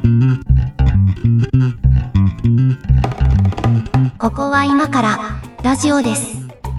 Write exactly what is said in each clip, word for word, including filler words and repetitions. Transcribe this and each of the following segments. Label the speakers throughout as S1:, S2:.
S1: ここは今からラジオです。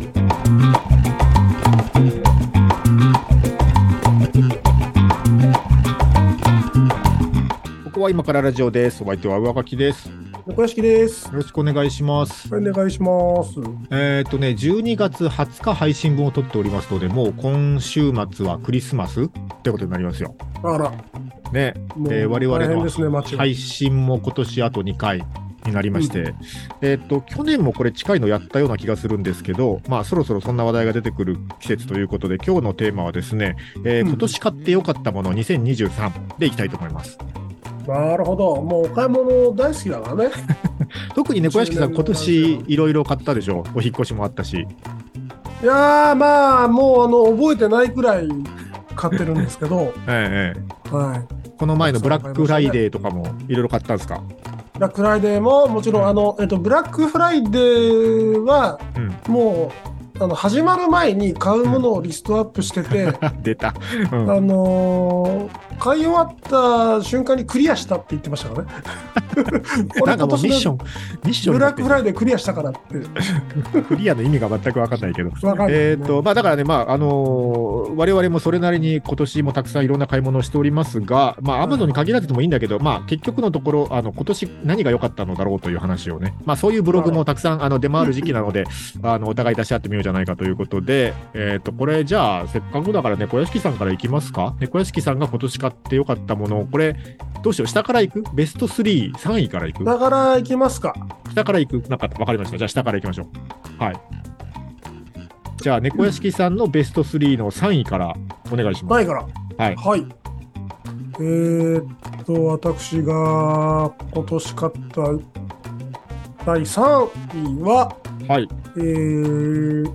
S2: ここは今からラジオです。お相手は上垣です。
S3: 猫屋敷です。
S2: よろしくお願いします。
S3: お願いします。
S2: えっとね、じゅうにがつはつか配信分を撮っておりますので、もう今週末はクリスマスってことになりますよ。
S3: あら。
S2: ね、えー、我々の
S3: ね、
S2: 配信も今年あとにかいになりまして、うん、えっと、去年もこれ近いのやったような気がするんですけど、まあそろそろそんな話題が出てくる季節ということで、今日のテーマはですね、えーうん、今年買ってよかったものにせんにじゅうさんでいきたいと思います。
S3: なるほど。もうお買い物大好きだからね。
S2: 特に猫屋敷さん今年いろいろ買ったでしょ。お引っ越しもあったし。
S3: いやーまあもうあの覚えてないくらい買ってるんですけど、
S2: ええ
S3: はい、
S2: この前のブラックフライデーとかもいろいろ買ったんですか？
S3: ブラックフライデーももちろん、うん、あの、えっと、ブラックフライデーはもう、うん、あの始まる前に買うものをリストアップしてて、うん、
S2: 出た、
S3: うん、あのー買い終わった瞬間にクリアしたって言ってましたからね。
S2: なんかもうミッション、ミッション
S3: ブラックフライデークリアしたからって。
S2: クリアの意味が全く分かんないけど。
S3: 分かんないね、
S2: えっと、まあだからね、まああのー、我々もそれなりに今年もたくさんいろんな買い物をしておりますが、まあアマゾンに限らずともいいんだけど、まあ結局のところ、あの今年何が良かったのだろうという話をね、まあそういうブログもたくさんあの出回る時期なので、あのお互い出し合ってみようじゃないかということで、えっと、これじゃあせっかくだから猫屋敷さんからいきますか？猫屋敷さんが今年買って良かったものこれどうしよう、下からいく？ベストスリー、さんいからいく？
S3: 下からいきますか。
S2: 下からいく？なんか分かりました。じゃあ下からいきましょう。はい。じゃあ猫屋敷さんのベストスリーのさんいからお願いします。
S3: さんいから。
S2: はい。
S3: はい。えー、っと私が今年買っただいさんいは、
S2: はい。
S3: えー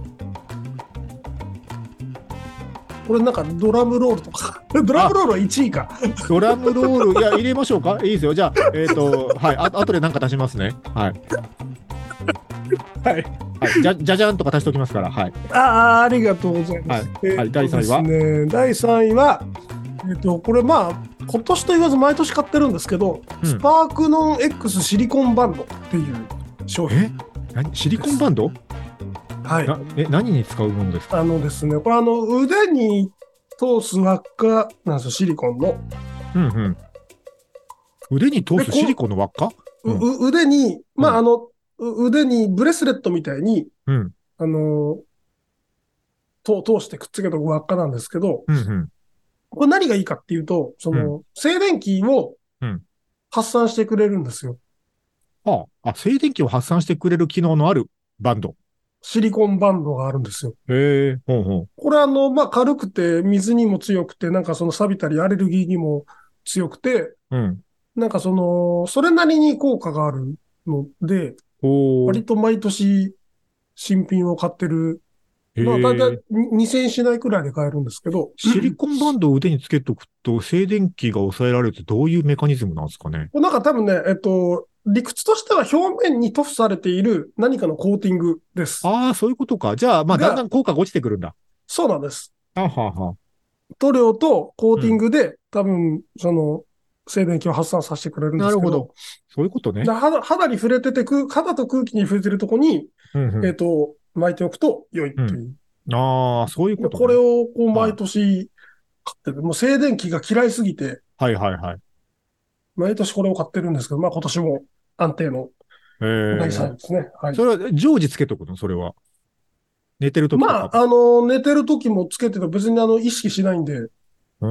S3: これなんかドラムロールとかドラムロールはいちいか。
S2: ドラムロール、いや入れましょうか。いいですよ。じゃあえっ、ー、とはい、あ後で何か足しますね。はい
S3: はい、
S2: はい、じゃじゃじゃんとか足しておきますから。はい。
S3: ああありがとうございます。
S2: はい、はい、だいさんいは、
S3: ね、だいさんいはえっ、ー、とこれまあ今年と言わず毎年買ってるんですけど、うん、スパークノン X シリコンバンドっていう商品。
S2: え何シリコンバンド？
S3: はい、
S2: なえ何に使うものですか？
S3: あのですね、これあの腕に通す輪っかなんですよ、シリコンの。
S2: うんうん。腕に通すシリコンの輪っか？
S3: うん、腕に、まあ、うん、あの腕にブレスレットみたいに、
S2: うん、
S3: あのと通してくっつけた輪っかなんですけど、
S2: うんうん、
S3: これ何がいいかっていうと、その、うん、静電気を発散してくれるんですよ。
S2: ああ、静電気を発散してくれる機能のあるバンド。
S3: シリコンバンドがあるんですよ。
S2: へえ、ほうほう。
S3: これあの、まあ、軽くて、水にも強くて、なんかその錆びたりアレルギーにも強くて、
S2: うん、なん
S3: かその、それなりに効果があるので、割と毎年新品を買ってる。まあ、だいたいにせんえんしないくらいで買えるんですけど。
S2: シリコンバンドを腕につけておくと、静電気が抑えられるってどういうメカニズムなんですかね？
S3: なんか多分ね、えっと、理屈としては表面に塗布されている何かのコーティングです。
S2: ああ、そういうことか。じゃあ、まあ、だんだん効果が落ちてくるんだ。
S3: そうなんです。
S2: ははは
S3: 塗料とコーティングで、うん、多分、その、静電気を発散させてくれるんですけど。なるほど。
S2: そういうことね。
S3: 肌、肌に触れてて、肌と空気に触れてるとこに、うんうん、えっと、巻いておくと良いっていう。
S2: うん、ああ、そういうこと、ね、
S3: これをこう毎年買ってる。はい、もう静電気が嫌いすぎて。
S2: はいはいはい。
S3: 毎年これを買ってるんですけど、まあ今年も安定のだいさんいですね。はい。
S2: それは常時つけとくの？それは。寝てるときとか。
S3: まあ、あの、寝てるときもつけてて別にあの意識しないんで。
S2: うん、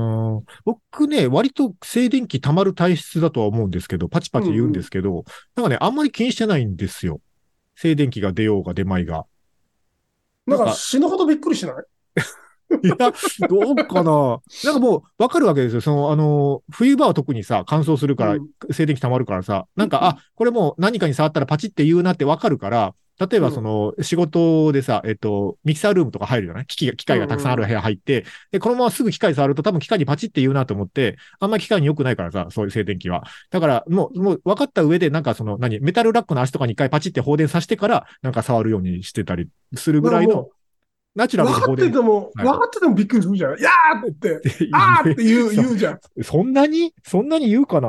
S2: 僕ね、割と静電気溜まる体質だとは思うんですけど、パチパチ言うんですけど、うんうん、なんかね、あんまり気にしてないんですよ。静電気が出ようが出まいが。
S3: なんか死ぬほどびっくりしない？
S2: いや、どうかな。なんかもうわかるわけですよ。その、あの、冬場は特にさ、乾燥するから、うん、静電気溜まるからさ、なんか、あ、これもう何かに触ったらパチって言うなってわかるから、例えばその、仕事でさ、えっと、ミキサールームとか入るじゃない？機器が、機械がたくさんある部屋入って、で、このまますぐ機械触ると多分機械にパチって言うなと思って、あんまり機械に良くないからさ、そういう静電気は。だから、もう、もう分かった上で、なんかその、何、メタルラックの足とかに一回パチって放電させてから、なんか触るようにしてたりするぐらいの、ナチュラルに放電。
S3: 分かってても、はい、分かっててもびっくりするじゃん。いやーって、あーって言う、言うじゃん。
S2: そんなにそんなに言うかな？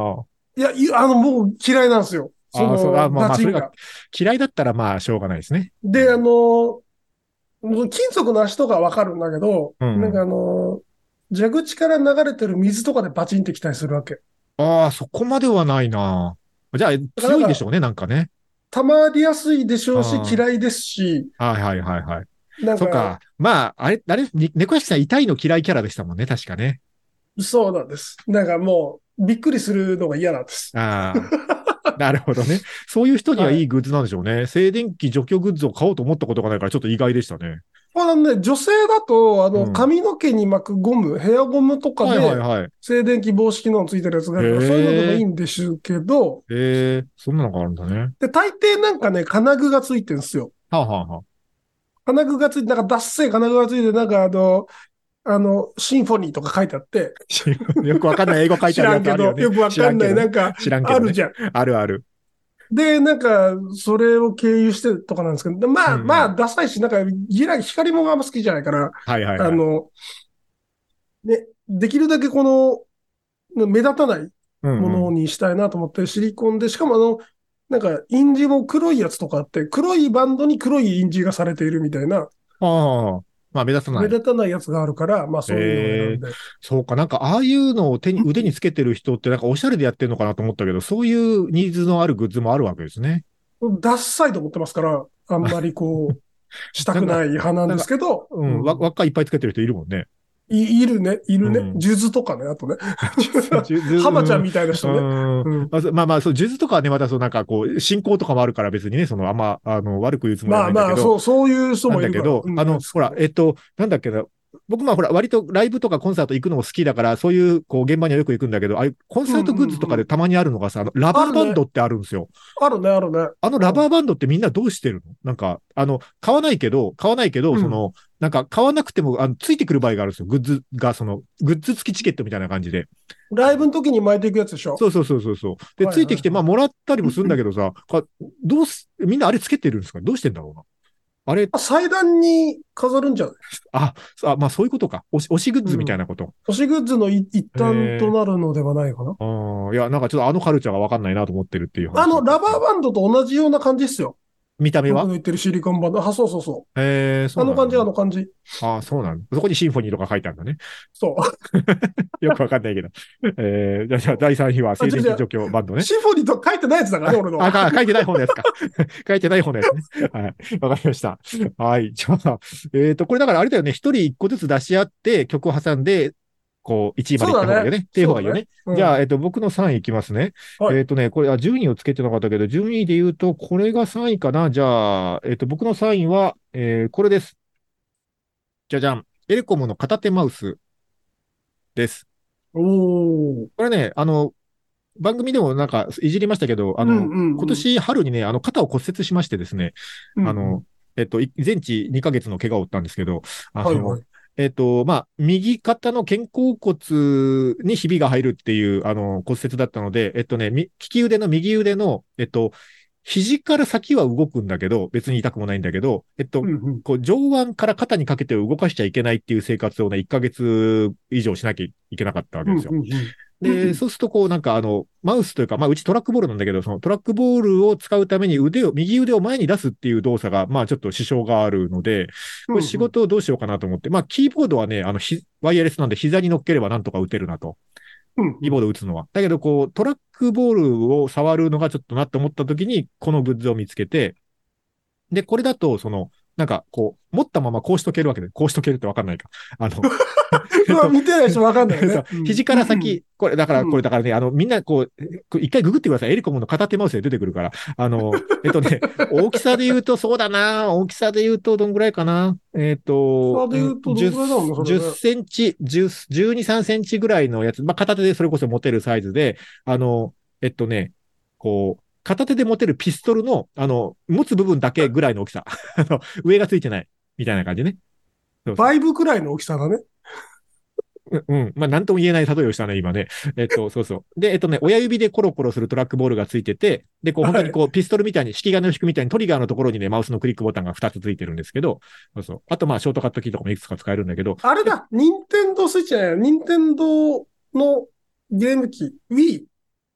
S3: いや、いあの、もう嫌いなんですよ。そ
S2: ああ、そう、あ
S3: の、
S2: まあまあ、それが
S3: バチンが。
S2: 嫌いだったらまあ、しょうがないですね。
S3: で、あの、金属の足とかわかるんだけど、
S2: うん。
S3: なんかあの、蛇口から流れてる水とかでバチンってきたりするわけ。
S2: ああ、そこまではないな。じゃあ、
S3: だからなんか、
S2: 強いんでしょうね、なんかね。
S3: 溜まりやすいでしょうし、
S2: あ
S3: 嫌いですし、
S2: あ、はいはいはいはい。
S3: なんか、
S2: そっか。まあ、あれ、あれ、に猫屋敷さん痛いの嫌いキャラでしたもんね、確かね。
S3: そうなんです。なんかもう、びっくりするのが嫌なんです。
S2: ああ、なるほどね。そういう人には
S3: はい。
S2: いいグッズなんでしょうね。静電気除去グッズを買おうと思ったことがないから、ちょっと意外でしたね。
S3: まあね、女性だと、あの、
S2: うん。
S3: 髪の毛に巻くゴム、ヘアゴムとか
S2: はいはい
S3: で、
S2: はい。
S3: 静電気防止機能ついてるやつがあ
S2: へ
S3: るから、そういうのでもいい
S2: え、
S3: んですけど、
S2: へえ、そんなのがあるんだね。
S3: で、大抵なんかね、金具がついてるんですよ。
S2: はあ、はあはあ、
S3: 金具がついて、なんか脱製金具がついて、なんかあの、あの、シンフォニーとか書いてあって、
S2: よくわかんない英語書いて
S3: 知
S2: ある
S3: らんけど、
S2: やつあるよね。
S3: よくわかんない、
S2: 知らんけどね。
S3: なんか、
S2: 知らんけどね。
S3: あるじゃん。
S2: あるある。
S3: で、なんか、それを経由してとかなんですけど、まあ、まあ、
S2: うんうん。
S3: ダサいし、なんか、ギラ、光もあんま好きじゃないから、
S2: はいはいはい。
S3: あの、ね、できるだけこの、目立たないも
S2: うんうん。
S3: のにしたいなと思って、シリコンで、しかもあの、なんか、印字も黒いやつとかあって、黒いバンドに黒い印字がされているみたいな、
S2: ああ、まあ目立たない。
S3: 目立たないやつがあるから、まあそういうのを選
S2: ええ、
S3: んで。
S2: そうか。なんか、ああいうのを手に、腕につけてる人って、なんかおしゃれでやってるのかなと思ったけど、そういうニーズのあるグッズもあるわけですね。
S3: ダッサいと思ってますから、あんまりこう、したく
S2: なんか、
S3: ない派なん
S2: なんか、
S3: ですけど、
S2: うん、わ、
S3: うん、
S2: 輪っかいっぱいつけてる人いるもんね。
S3: い、いるね、いるね。
S2: うん。
S3: 数珠とかね、あとね。
S2: じゅ、ず、うん、
S3: 浜ちゃんみたいな人ね。
S2: うん。
S3: うん。
S2: まあ、そまあまあ、そう、数珠とかはね、またそう、なんかこう、信仰とかもあるから別にね、その、あんま、あの、悪く言うつもりは
S3: まあまあ、
S2: ないんだけど、
S3: そう、そういう人
S2: なん
S3: もいるから、
S2: だけど、
S3: うん、
S2: あの、ほら、
S3: ないですけど。
S2: えっと、なんだっけな、僕まあほら、割とライブとかコンサート行くのも好きだから、そういう、こう、現場にはよく行くんだけど、ああいうコン
S3: うん
S2: サートグッズと
S3: うんうん。
S2: かでたまにあるのがさ、あの、ラバ
S3: あるね。
S2: ーバンドってあるんですよ。
S3: あるね、あるね。
S2: あのラバーバンドってみんなどうしてるの？なんか、あの、買わないけど、買わないけど、
S3: うん。うん。
S2: その、なんか買わなくても、あの、ついてくる場合があるんですよ。グッズが、その、グッズ付きチケットみたいな感じで。
S3: ライブの時に巻いていくやつでしょ。
S2: そうそうそうそうそう。で、
S3: はい
S2: ついてきて、まあ、
S3: はいはい。
S2: もらったりもするんだけどさ、かどうす、みんなあれつけてるんですか？どうしてんだろうな。あれ、
S3: あ、祭壇に飾るんじゃない？
S2: あ、あ、まあ、そういうことか。推し、推しグッズみたい
S3: うん。
S2: なこと。
S3: 推しグッズのい一端と
S2: え
S3: なるのではないかな。
S2: ー、あーいや、なんかちょっとあのカルチャーがわかんないなと思ってるっていう
S3: あの、
S2: 話だったんですけど。
S3: ラバーバンドと同じような感じですよ。
S2: 見た目は？
S3: 僕の言ってるシリコンバンド。あ、そうそうそう。
S2: えー、そ
S3: あの感じ、あ
S2: うなんだね。
S3: の感じ。
S2: ああ、そうなんだ。そこにシンフォニーとか書いてあるんだね。
S3: そう。
S2: よくわかんないけど。えー、じゃあ、じゃあだいさんいは
S3: あ、じゃじゃ
S2: 静電気除去バンドね。
S3: シンフォニーとか書いてないやつだからね、俺の
S2: あ、
S3: は。
S2: か書いてない方のやつか。書いてない方のやつね。はい。わかりました。はい。じゃあ、えっ、と、これだからあれだよね。一人一個ずつ出し合って曲を挟んで、こう、いちいまで
S3: そうだね。
S2: 行った方がいいよね。っていう方がいいよね。
S3: そうだね。う
S2: じゃあ、
S3: ん。
S2: えっ、と、僕のさんいいきますね。
S3: はい。
S2: えっ、とね、これ、あ、順位をつけてなかったけど、順位で言うと、これがさんいかな。じゃあ、えっ、と、僕のさんいは、えーこれです。じゃじゃん。エレコムの片手マウスです。
S3: おー。
S2: これね、あの、番組でもなんかいじりましたけど、あの、
S3: うんうん
S2: 今
S3: うん。
S2: 年春にね、あの、肩を骨折しましてですね、
S3: うんう
S2: あの、
S3: ん。
S2: えっと、い全治にかげつの怪我を負ったんですけど、あの、
S3: はいはい。
S2: えっと、まあ、右肩の肩甲骨にひびが入るっていう、あの、骨折だったので、えっとね、み利き腕の右腕の、えっと、肘から先は動くんだけど、別に痛くもないんだけど、えっと、
S3: うんうん。
S2: こう上腕から肩にかけて動かしちゃいけないっていう生活をね、いっかげつ以上しなきゃいけなかったわけ
S3: うん
S2: ですよ。
S3: うんうん。
S2: で、そうするとこうなんかあの、マウスというか、まあうちトラックボールなんだけど、そのトラックボールを使うために腕を、右腕を前に出すっていう動作が、まあちょっと支障があるので、これ仕
S3: うんうん。
S2: 事をどうしようかなと思って、まあキーボードはね、あの、ひワイヤレスなんで膝に乗っければなんとか打てるなと。
S3: うんうん。
S2: キーボード打つのは。だけどこう、トラックボールを触るのがちょっとなって思った時に、このグッズを見つけて、で、これだと、その、なんか、こう、持ったままこうしとけるわけで、こうしとけるってわかんないか。あの、えっ
S3: まあ、
S2: と、
S3: 見てない人わかんないよ
S2: そう、
S3: ね。うん。
S2: 肘か
S3: うんうん。
S2: ら先、これ、だから、
S3: うん。
S2: これ、だからね、あの、みんな、こう、こう一回ググってください。エリコムの片手マウスで出てくるから。あの、えっとね、大きさで言うと、そうだな。大きさで言うと、どんぐらいかな。えっと、
S3: さで
S2: うん
S3: 言うとどん
S2: 10、
S3: くらいだろうね、それ
S2: じゅっ
S3: ね。
S2: センチ、じゅう、じゅうに、さんセンチぐらいのやつ。まあ、片手でそれこそ持てるサイズで、あの、えっとね、こう、片手で持てるピストルの、あの、持つ部分だけぐらいの大きさ。あの、上がついてない。みたいな感じね。そうそう。
S3: バイブくらいの大きさだね。
S2: うんうん。まあ、なんとも言えない例えをしたね、今ね。えっと、そうそう。で、えっとね、親指でコロコロするトラックボールがついてて、で、こう、本当
S3: はい。
S2: にこう、ピストルみたいに、引き金を引くみたいにトリガーのところにね、マウスのクリックボタンがふたつついてるんですけど、そうそう。あと、まあ、ショートカットキーとかもいくつか使えるんだけど、で
S3: あれだ、ニンテンドースイッチじゃない、ニンテンドーのゲーム機、Wii。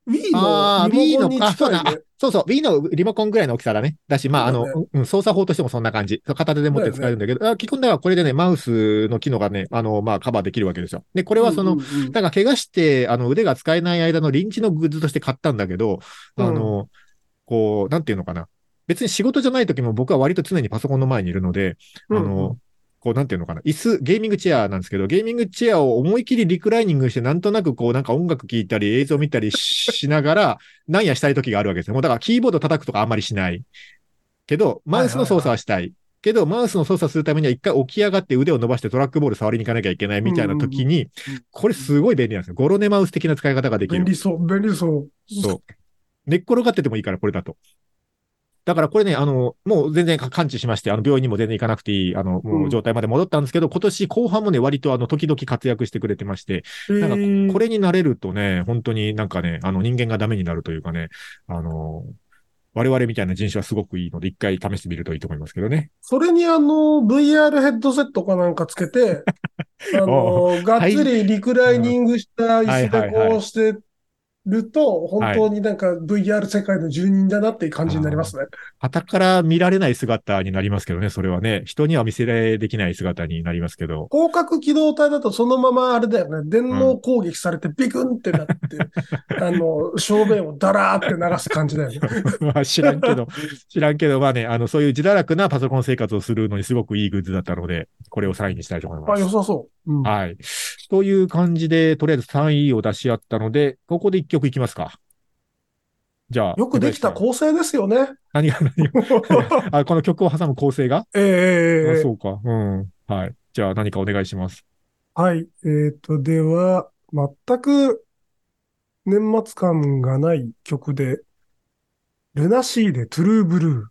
S3: Wii
S2: ああ、
S3: のリ
S2: Wii の、
S3: モコンに
S2: あ、そうだ、あ、
S3: 近いね。
S2: そうそう、Wii のリモコンぐらいの大きさだね。だし、まあ、あの、
S3: そうだね。
S2: うん、操作法としてもそんな感じ。片手で持って
S3: だよね。
S2: 使えるんだけど、あ、基本だからこれでね、マウスの機能がね、あの、まあ、カバーできるわけですよ。で、これ
S3: うんう
S2: はその、
S3: んうん。
S2: なんか怪我して、あの、腕が使えない間の臨時のグッズとして買ったんだけど、
S3: うん。
S2: あの、こう、なんていうのかな。別に仕事じゃない時も僕は割と常にパソコンの前にいるので、あの、
S3: うんうん。
S2: こう、なんていうのかな。椅子、ゲーミングチェアなんですけど、ゲーミングチェアを思い切りリクライニングして、なんとなくこう、なんか音楽聴いたり、映像見たりしながら、なんやしたい時があるわけですよ。もうだからキーボード叩くとかあんまりしない。けど、マ
S3: はい
S2: ウスの操作
S3: はいはい。
S2: はしたい。けど、マウスの操作するためには一回起き上がって腕を伸ばしてトラックボール触りに行かなきゃいけないみたいな
S3: うんうん
S2: 時に、
S3: うん。
S2: これすごい便利なんですよ。ゴロネマウス的な使い方ができる。
S3: 便利そう、便利そう。
S2: そう。寝っ転がっててもいいから、これだと。だからこれね、あの、もう全然完治しまして、あの、病院にも全然行かなくていい、あの、
S3: うん。
S2: もう状態まで戻ったんですけど、今年後半もね、割とあの、時々活躍してくれてまして、
S3: え
S2: なんか、こ
S3: ー、
S2: れになれるとね、本当になんかね、あの、人間がダメになるというかね、あの、我々みたいな人種はすごくいいので、一回試してみるといいと思いますけどね。
S3: それにあの、ブイアール ヘッドセットかなんかつけて、あ
S2: おう
S3: の、がっつ
S2: はい、
S3: りリクライ
S2: うん、
S3: ニングした椅
S2: はい
S3: 子で
S2: はいはい。
S3: こうしてると、本
S2: はい。
S3: 当になんか ブイアール 世界の住人だなっていう感じになりま
S2: あ
S3: すね。
S2: あ。傍から見られない姿になりますけどね、それはね。人には見せられできない姿になりますけど。
S3: 広角機動隊だとそのままあれだよね。電
S2: うん。
S3: 脳攻撃されてビクンってなって、あの、正面をダラーって流す感じだよね。
S2: まあ知らんけど、知らんけど、まあね、あの、そういう自堕落なパソコン生活をするのにすごくいいグッズだったので、これをさんいにしたいと思いま
S3: あ、良
S2: す。
S3: さそう。うん。
S2: はい。という感じで、とりあえずさんいを出し合ったので、ここでいっきょくいきますか。じゃあ、
S3: よくでき
S2: 猫屋敷さん。
S3: た構成ですよね。
S2: 何が何が、何が、あ、この曲を挟む構成が
S3: えええ
S2: あ、
S3: えええ
S2: そうか。うん。はい。じゃあ何かお願いします。
S3: はい。えっと、では、全く年末感がない曲で、ルナシーでトゥルーブルー。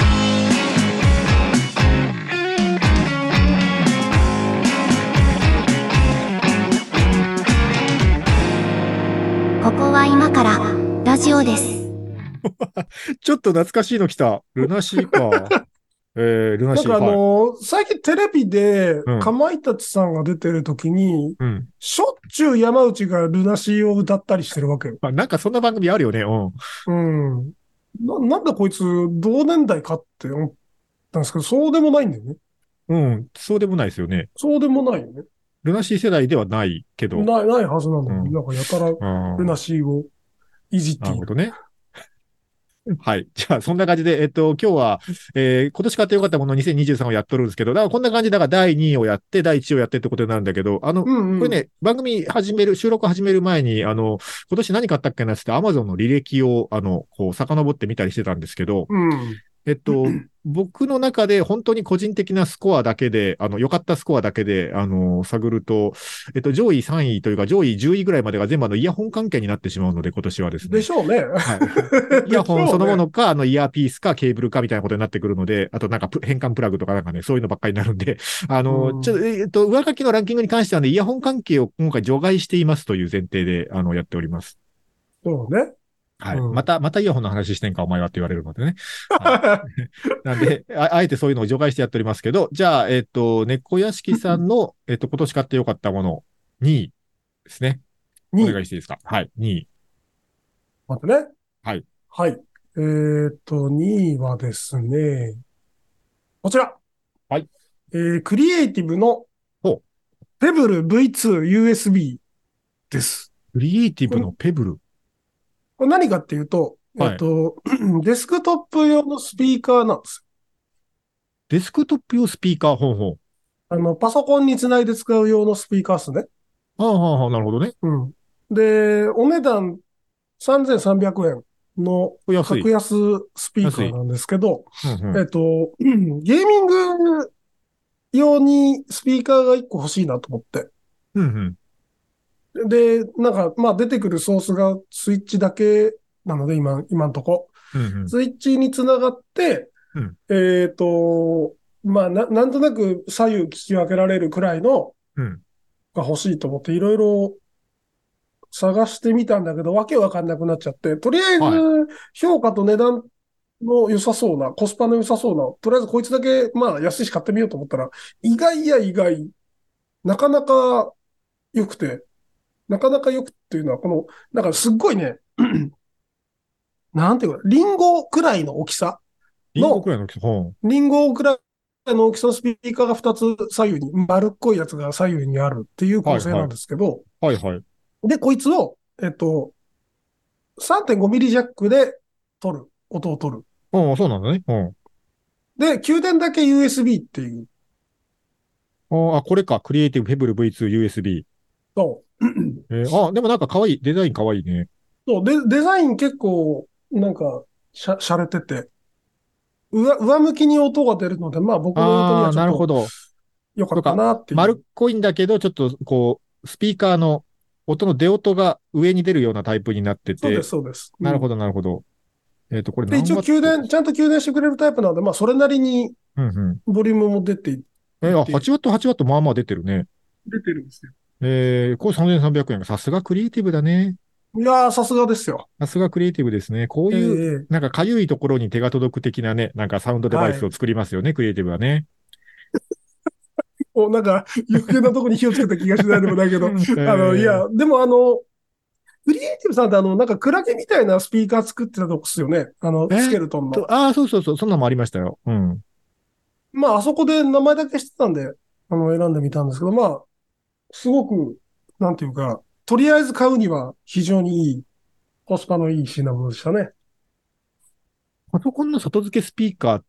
S1: ここは今からラジオです。
S2: ちょっと懐かしいの来た。ルナシーか。えー、ルナシー、
S3: なんかあ
S2: はい。
S3: のー最近テレビで
S2: うん。
S3: かまいたちさんが出てる時に、
S2: うん。
S3: しょっちゅう山内がルナシーを歌ったりしてるわけよ。
S2: あ、なんかそんな番組あるよね。う
S3: うん。な、なんだこいつ同年代かって思ったんですけど、そうでもないんだよね。
S2: ん。うん。そうでもないですよね。
S3: そうでもないよね。
S2: ルナシー世代ではないけど。
S3: ない、ないはずなのに、
S2: うん。
S3: なんかやたらルナ
S2: ああ、
S3: シーをいじっている。
S2: なるほどね。はい。じゃあ、そんな感じで、えっと、今日は、えー今年買ってよかったものにせんにじゅうさんをやっとるんですけど、だからこんな感じだからだいにいをやって、だいいちいをやってってことになるんだけど、あの、
S3: うんうん。
S2: これね、番組始める、収録始める前に、あの、今年何買ったっけなってって、アマゾンの履歴を、あの、こう、遡ってみたりしてたんですけど、
S3: うん。
S2: えっと、僕の中で本当に個人的なスコアだけで、あの、良かったスコアだけで、あの、探ると、えっと、上位さんいというか上位じゅういぐらいまでが全部あの、イヤホン関係になってしまうので、今年はですね。
S3: でしょうね。
S2: はい。イヤ
S3: でし
S2: ホンそのも
S3: ょうね。
S2: のか、あの、イヤーピースかケーブルかみたいなことになってくるので、あとなんかプ変換プラグとかなんかね、そういうのばっかりになるんで、あ
S3: う
S2: の、ちょっと、
S3: ん。
S2: えっと、上書きのランキングに関してはね、イヤホン関係を今回除外していますという前提で、あの、やっております。
S3: そうね。
S2: はい。ま
S3: うん。
S2: た、またイヤホンの話してんか、お前はって言われるのでね。はい。なんで、あ、あえてそういうのを除外してやっておりますけど、じゃあ、えっと、猫屋敷さんの、えっと、今年買ってよかったもの、にいですね。お
S3: にい。
S2: 願いしていいですか？はい。にい。
S3: またね。
S2: はい。
S3: はい。えーっと、にいはですね、こちら。
S2: はい。
S3: えー、クリエイティブの
S2: ほう。
S3: ペブル ブイツーユーエスビー です。
S2: クリエイティブ
S3: これ、
S2: のペブル。
S3: これ何かっていうと、えっ
S2: はい。
S3: と、デスクトップ用のスピーカーなんです。
S2: デスクトップ用スピーカー、ほうほう。
S3: あの、パソコンにつないで使う用のスピーカーですね。
S2: ああ、はあ、はあ、なるほどね。
S3: うん。で、お値段さんぜんさんびゃくえんの
S2: お安い。
S3: 格安スピー
S2: 安い。
S3: カーなんですけど、
S2: うん、うん。
S3: えっと、うんゲーミング用にスピーカーがいっこ欲しいなと思って。
S2: うん、
S3: で、なんか、まあ出てくるソースがスイッチだけなので、今、今んとこ。
S2: うん。うん、
S3: スイッチにつながって、
S2: うん。
S3: えっと、まあな、なんとなく左右聞き分けられるくらいの
S2: うん。
S3: が欲しいと思って、いろいろ探してみたんだけど、わけわかんなくなっちゃって、とりあえず
S2: はい。
S3: 評価と値段の良さそうな、コスパの良さそうな、とりあえずこいつだけ、まあ安いし買ってみようと思ったら、意外や意外、なかなか良くて、なかなか良くっていうのは、この、なんかすっごいね、 なんていうか、リンゴくらいの大きさ
S2: リンゴ
S3: の、
S2: くらいの大きさ。ほ
S3: リンゴくらいの大きさのスピーカーがふたつ左右に、丸っこいやつが左右にあるっていう
S2: う。はいはい。
S3: 構成なんですけど、
S2: はいはい。
S3: で、こいつを、えっと、さんてんごミリジャックで取る。音を取る。
S2: うん、そうなんだね。うん。
S3: で、きゅうてんだけ ユーエスビー っていう。
S2: ああ、これか。クリエイティブペブル ブイツーユーエスビー。
S3: そう。
S2: えー、あ、でもなんか可愛い。デザイン可愛いね。
S3: そうで、デザイン結構、なんか、しゃ、しゃれてて、上、上向きに音が出るので、まあ僕の用途に
S2: ああ、
S3: はちょっと
S2: なるほど。
S3: 良かった
S2: とか、
S3: なっていう。
S2: 丸っこいんだけど、ちょっとこう、スピーカーの音の出音が上に出るようなタイプになってて、
S3: そうです、そうです。うん。
S2: なるほど、なるほど。えっと、これ
S3: で、一
S2: 何
S3: 応
S2: ワット？
S3: 給電、ちゃんと給電してくれるタイプなので、まあそれなりに
S2: うんうん。
S3: ボリュームも出てい
S2: えー、あ、はち
S3: て、
S2: ワット、はちワット、まあまあ出てるね。
S3: 出てるんですよ。
S2: えー、これさんぜんさんびゃくえんがさすがクリエイティブだね。
S3: いやー、さすがですよ。
S2: さすがクリエイティブですね。こう
S3: え
S2: いう、
S3: え
S2: なんかかゆいところに手が届く的なね、なんかサウンドデバイ
S3: はい。
S2: スを作りますよね、クリエイティブはね。
S3: お、なんか余計なとこに火をつけた気がしないでもないけど、あの、い
S2: え
S3: や、でもあの、クリエイティブさんってあの、なんかクラゲみたいなスピーカー作ってたとこっすよね。あの、
S2: ー、
S3: ス
S2: えーっ
S3: ケルトンの。
S2: と、ああ、そうそうそう、そんなのもありましたよ。うん。
S3: まあ、あそこで名前だけ知ってたんで、あの、選んでみたんですけど、まあ、すごく、なんていうか、とりあえず買うには非常にいい、コスパのいい品物でしたね。
S2: パソコンの外付けスピーカーって、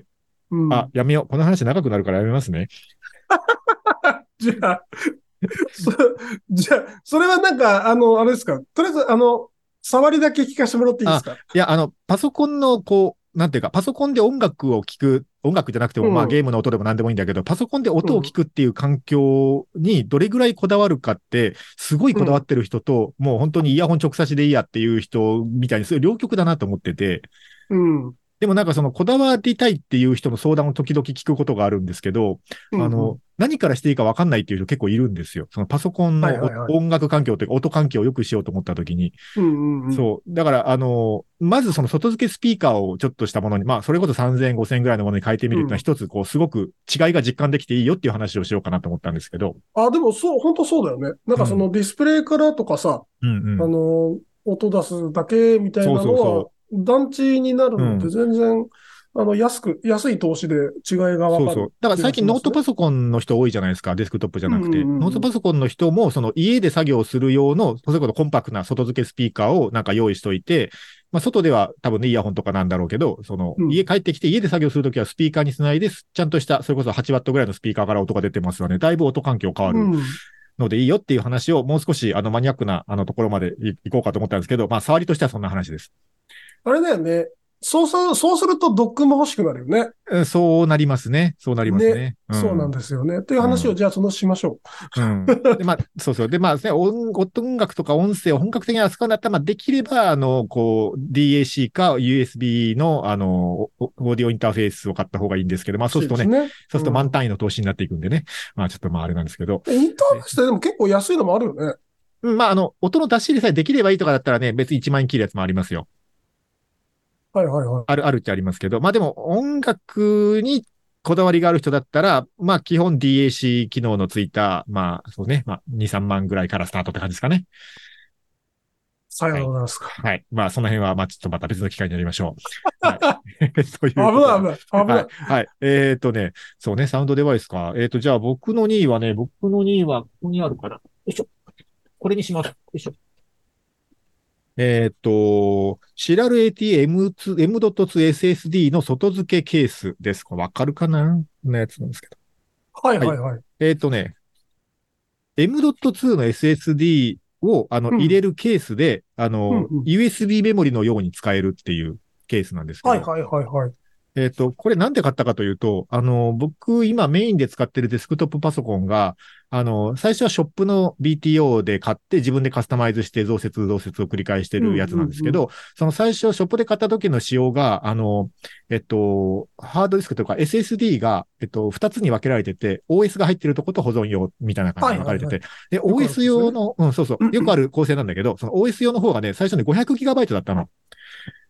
S2: あ、
S3: うん。
S2: やめよう。この話長くなるからやめますね。
S3: じゃあ、そ、じゃあ、それはなんか、あの、あれですか。とりあえず、あの、触りだけ聞かせてもらっていいで
S2: あ、
S3: すか？
S2: いや、あの、パソコンの、こう、なんていうか、パソコンで音楽を聴く、音楽じゃなくても、まあ
S3: うん、
S2: ゲームの音でも何でもいいんだけど、パソコンで
S3: うん、
S2: 音を聞くっていう環境にどれぐらいこだわるかって、すごい
S3: うん、
S2: こだわってる人と、もう本当にイヤホン直差しでいいやっていう人みたいに、そういう両極だなと思ってて、
S3: うん、うん、
S2: でもなんかそのこだわりたいっていう人の相談を時々聞くことがあるんですけど、
S3: うん。
S2: あの、何からしていいかわかんないっていう人結構いるんですよ。そのパソコン
S3: はい
S2: の
S3: はいはい。
S2: 音楽環境というか音環境を良くしようと思った時に。
S3: うん、うん、うん。
S2: そう。だから、あの、まずその外付けスピーカーをちょっとしたものに、まあ、それこそさんぜん、ごせんぐらいのものに変えてみるっていうのは
S3: うん
S2: 一つ、こう、すごく違いが実感できていいよっていう話をしようかなと思ったんですけど。
S3: あ、でもそう、本当そうだよね。なんかそ
S2: うん。
S3: のディスプレイからとかさ、あ
S2: うんうん。
S3: の、音出すだけみたい
S2: そう
S3: なのは、
S2: そうそ
S3: 団地になる
S2: う。う
S3: ので
S2: ん。
S3: 全然、あの、安く、安い投資で違いがわかる
S2: そうそう。だから
S3: 気
S2: 最近ノート
S3: がしますね。
S2: パソコンの人多いじゃないですか。デスクトップじゃ
S3: うん
S2: なくて。ノー
S3: うんうん
S2: トパソコンの人も、その家で作業する用の、それこそコンパクトな外付けスピーカーをなんか用意しといて、まあ外では多分ね、イヤホンとかなんだろうけど、その
S3: うん。うん。
S2: 家帰ってきて家で作業するときはスピーカーにつないで、ちゃんとした、それこそはちワットぐらいのスピーカーから音が出てますよね。だいぶ音環境変わる
S3: うん。
S2: のでいいよっていう話をもう少しあのマニアックなあのところまで行こうかと思ったんですけど、まあ触りとしてはそんな話です。
S3: あれだよね。そうする、そうするとドックも欲しくなるよね。
S2: そうなりますね。そうなります
S3: ね。
S2: ね。う
S3: そうなん
S2: ん。
S3: ですよね。という
S2: うん。
S3: 話をじゃあそのしましょ
S2: うん。で、まあ、そうそう。で、まあ、ね、音、音楽とか音声を本格的に扱うんだったら、まあ、できれば、あの、こう、ディーエーシー か ユーエスビー の、あの、オーディオインターフェースを買った方がいいんですけど、まあ、
S3: う。し
S2: そうするとね、
S3: いですね。
S2: そうすると満
S3: うん。
S2: 単位の投資になっていくんでね。まあ、ちょっとまあ、あれなんですけど。
S3: インターフェ
S2: え
S3: ースででも結構安いのもあるよね。
S2: うんまあ、あの、音の出し入れさえできればいいとかだったらね、別にいちまん円切るやつもありますよ。
S3: はいはいはい。
S2: ある、あるっちゃありますけど、まあでも音楽にこだわりがある人だったら、まあ基本 ディーエーシー 機能のついた、まあそうね、まあに、さんまんぐらいからスタートって感じですかね。
S3: さようで
S2: はい。
S3: ございますか。
S2: はい。まあその辺は、まあちょっとまた別の機会にやりましょう。はい。とい
S3: 危
S2: うことで。
S3: ない危ない危
S2: はい。
S3: ない。
S2: はい。えっとね、そうね、サウンドデバイスか。えっと、じゃあ僕のにいはね、僕のにいはここにあるかな。よいしょ。これにします。よいしょ。えっと、シラル エーティーエムツー、エムドットツーエスエスディー の外付けケースです。これわかるかなこんなやつなんですけど。
S3: はい
S2: はい。
S3: はいはい。
S2: えっとね、エムドットツー の エスエスディー をあの
S3: うん。
S2: 入れるケースで、あの、
S3: うんうん。
S2: ユーエスビー メモリのように使えるっていうケースなんですけど、
S3: はいはいはいはい。
S2: えっと、これなんで買ったかというと、あの、僕今メインで使ってるデスクトップパソコンが、あの、最初はショップの ビーティーオー で買って自分でカスタマイズして増設増設を繰り返して
S3: うん
S2: るやつ
S3: うんうん。
S2: なんですけど、その最初ショップで買った時の仕様が、あの、えっと、ハードディスクとか エスエスディー が、えっと、二つに分けられてて、オーエス が入ってるとこと保存用みたいな感じ
S3: はいはいはい。
S2: に分かれてて、で、
S3: よくある
S2: オーエス
S3: ことですよね。
S2: 用の、うん、そうそう、よくある構成なんだけど、その オーエス 用の方がね、最初に ごひゃくギガバイト だったの。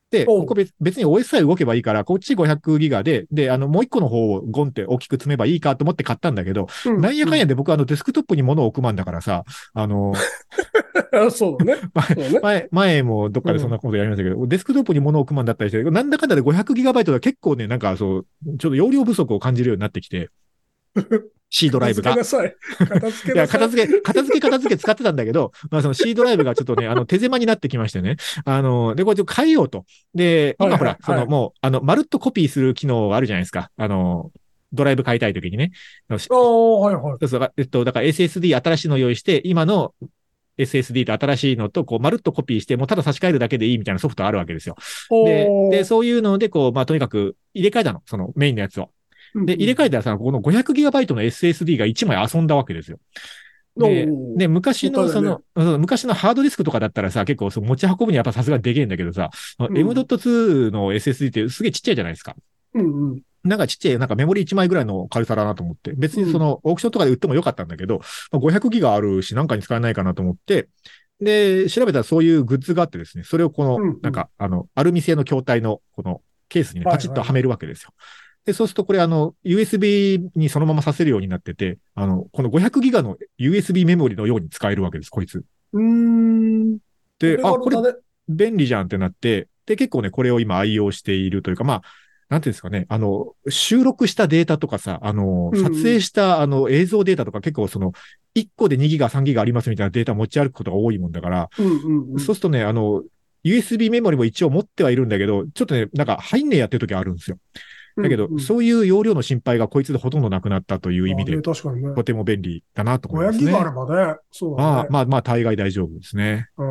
S2: で、
S3: おう
S2: ここ別別に オーエス さえ動けばいいから、こっちごひゃくギガで、で、あの、もう一個の方をゴンって大きく積めばいいかと思って買ったんだけど、
S3: うん。
S2: なんやかんや
S3: で。
S2: で僕あのデスクトップに物を置くもんだからさ、あの、
S3: そうだね。そうだね。
S2: 前、前もどっかでそんなことやりましたけど、デスクトップに物を置くもんだったりして、なんだかんだで ごひゃくギガバイト が結構ね、なんかそう、ちょっと容量不足を感じるようになってきて、C ドライブが。
S3: 片付けなさい。片付
S2: いや、
S3: けなさい。
S2: 片付け、片付け、片付け使ってたんだけど、まあその C ドライブがちょっとね、あの、手狭になってきましてね。あの、で、これちょっと変えようと。で、
S3: はいはい
S2: 今ほら、そ
S3: はい
S2: のもう、あの、まるっとコピーする機能があるじゃないですか。あの、ドライブ変えたいときにね。
S3: ああ、はいはい。
S2: そうそう、えっと、だから エスエスディー 新しいのを用意して、今の エスエスディー と新しいのと、こう、まるっとコピーして、もうただ差し替えるだけでいいみたいなソフトあるわけですよ。で、で、
S3: おー。
S2: そういうので、こう、まあ、とにかく入れ替えたの。そのメインのやつを。で、入れ替えたらさ、この ごひゃくギガバイト の エスエスディー がいちまい遊んだわけですよ。で、
S3: おー
S2: で、昔のその、
S3: もっ
S2: うん昔のハードディスクとかだったらさ、結構そう持ち運ぶにはやっぱさすがにでけえんだけどさ、
S3: うん
S2: エムドットツー の エスエスディー ってすげえちっちゃいじゃないですか。
S3: うんうん。
S2: なんかちっちゃい、なんかメモリいちまいぐらいの軽さだなと思って、別にそのオークションとかで売ってもよかったんだけど、まあごひゃくギガあるし、なんかに使えないかなと思って、で、調べたらそういうグッズがあってですね、それをこの
S3: うんうん、
S2: なんか、あの、アルミ製の筐体のこのケースにね、
S3: はいはい
S2: パチッとはめるわけですよ。で、そうするとこれあの、ユーエスビー にそのままさせるようになってて、あの、このごひゃくギガの ユーエスビー メモリのように使えるわけです、こいつ。
S3: うーん。
S2: で、あ、これ
S3: お手軽だね。
S2: 便利じゃんってなって、で、結構ね、これを今愛用しているというか、まあ、なんていうんですかね、あの、収録したデータとかさ、あの、
S3: うんうん
S2: 撮影したあの映像データとか結構その、いっこでにギガ、さんギガありますみたいなデータ持ち歩くことが多いもんだから、
S3: うんうんうん。
S2: そうするとね、あの、ユーエスビー メモリも一応持ってはいるんだけど、ちょっとね、なんか入んねえやってる時あるんですよ。だけど、
S3: うんうん
S2: そういう容量の心配がこいつでほとんどなくなったという意味で、
S3: まあね、確かにね。
S2: とても便利だなと思いま
S3: 500
S2: す
S3: ギガあれ
S2: ね。
S3: ばね。そうだね。
S2: まあまあまあ、大概大丈夫ですね。
S3: うん。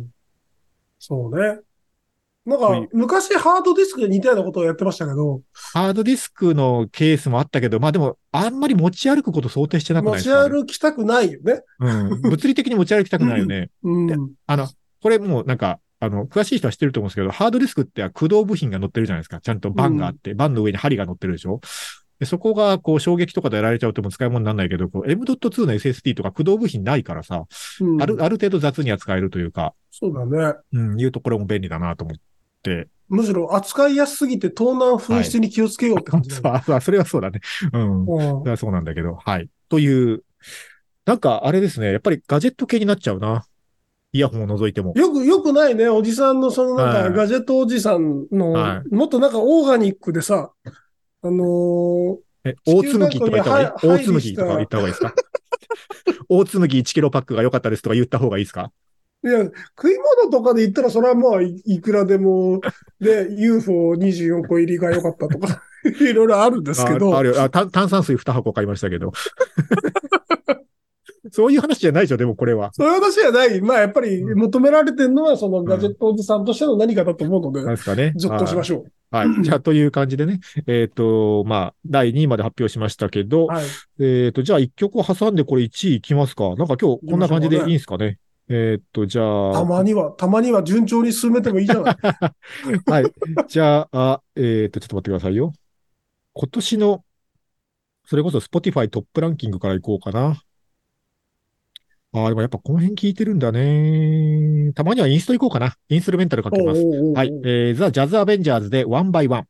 S3: そうね。なんか、
S2: という
S3: 昔ハードディスクで似たようなことをやってましたけど、
S2: ハードディスクのケースもあったけど、まあでも、あんまり持ち歩くこと想定してなくない
S3: 持ち
S2: ですかね。
S3: 歩きたくないよね。
S2: うん。物理的に持ち歩きたくないよね。で、
S3: うん。
S2: あの、これもうなんか、あの、詳しい人は知ってると思うんですけど、ハードディスクって駆動部品が載ってるじゃないですか。ちゃんとバンがあって、バンの上に針が乗ってるでしょ。でそこが、こう、衝撃とかでやられちゃうともう使い物にならないけど、こう、エムドットツー の エスエスディー とか駆動部品ないからさ、
S3: うん。
S2: ある、ある程度雑に扱えるというか、
S3: そうだね。
S2: うん、いうところも便利だなと思って、
S3: むしろ扱いやすすぎて盗難紛失に気をつけようって感じだ
S2: そう
S3: よね。
S2: あそれはそうだね。うん。
S3: うん
S2: それはそうなんだけど、はい。という、なんかあれですね。やっぱりガジェット系になっちゃうな。イヤホンを除いても。
S3: よく、よくないね。おじさんのそのなんか
S2: はい
S3: ガジェットおじさんの、
S2: は
S3: もっとなんかオーガニックでさ、あのー
S2: え、
S3: 地
S2: 大
S3: 球環境に
S2: 紬とか言った方がいい
S3: は
S2: 大
S3: 配慮した
S2: 紬とか言った方がいいですか大紬いちキロパックが良かったですとか言った方がいいですか
S3: いや、食い物とかで言ったら、それはまあい、いくらでも、で、ユーフォーにじゅうよん 個入りが良かったとか、いろいろあるんですけ
S2: あ
S3: ど、
S2: あるあ炭炭酸水に箱買いましたけど。そういう話じゃないでしょ、でもこれは。
S3: そういう話じゃない。まあ、やっぱり求められてるのは、そのガジェットおじさんとしての何かだと思うので、
S2: なんですかね。
S3: ゾッとしましょ
S2: はい。じゃあ、という感じでね。えっ、と、まあ、だいにいまで発表しましたけど、
S3: う。はい。
S2: えっ、と、じゃあいっきょくを挟んでこれいちいいきますか。なんか今日こんな感じでいいんですかね。えっ、と、じゃあ、
S3: たまには、たまには順調に進めてもいいじゃない。
S2: はい。じゃあ、えっ、と、ちょっと待ってくださいよ。今年の、それこそ Spotify トップランキングからいこうかな。ああ、でもやっぱこの辺聞いてるんだね。たまにはインスト行こうかな。インストゥルメンタルかけます。
S3: おうおうおうおう
S2: はい。えー、ザ・ジャズ・アベンジャーズでワンバイワン。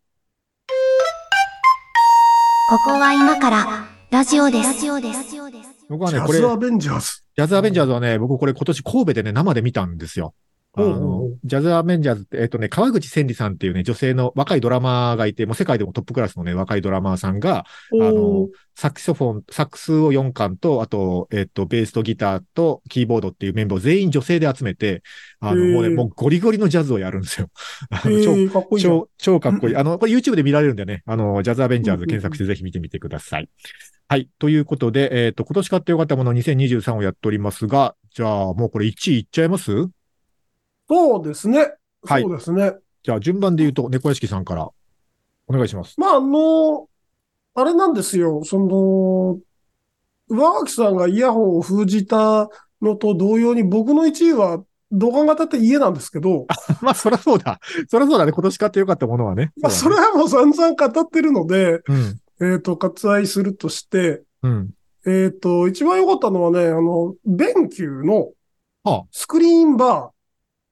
S1: ここは今からラジオです。ラジオです。
S2: 僕はね、これ、
S3: ジャズアベンジャーズ。
S2: ジャズ・アベンジャーズはね、僕これ今年神戸でね、生で見たんですよ。あ
S3: ほうほうほ
S2: の
S3: う、
S2: ジャズ・アベンジャーズって、えっとね、川口千里さんっていうね、女性の若いドラマーがいて、もう世界でもトップクラスのね、若いドラマーさんが、あの
S3: おー、
S2: サクソフォン、サックスをよんかんと、あと、えっと、ベースとギターとキーボードっていうメンバーを全員女性で集めて、あの、
S3: へー
S2: もうね、もうゴリゴリのジャズをやるんですよ。あ
S3: え
S2: の、超、
S3: ー、かっこいいじゃん。
S2: 超、超かっこいい。あの、これ YouTube で見られるんでね、あの、ジャズ・アベンジャーズ検索してぜひ見てみてください。はい。ということで、えっと、今年買ってよかったものにせんにじゅうさんをやっておりますが、じゃあ、もうこれいちいいっちゃいます？
S3: そうですね。
S2: はい
S3: そうですね。
S2: じゃあ、順番で言うと、猫屋敷さんからお願いします。
S3: まあ、あの、あれなんですよ。その、上垣さんがイヤホンを封じたのと同様に、僕のいちいは動画型って家なんですけど、
S2: まあ、そりゃそうだ。そりゃそうだね。今年買ってよかったものはね。
S3: まあ、それ
S2: うだね
S3: はもう散々語ってるので、
S2: うん。
S3: えっと、割愛するとして、
S2: うん。
S3: えっと、一番良かったのはね、あの、ベンキューの
S2: はあ、
S3: スクリーンバー。
S2: ス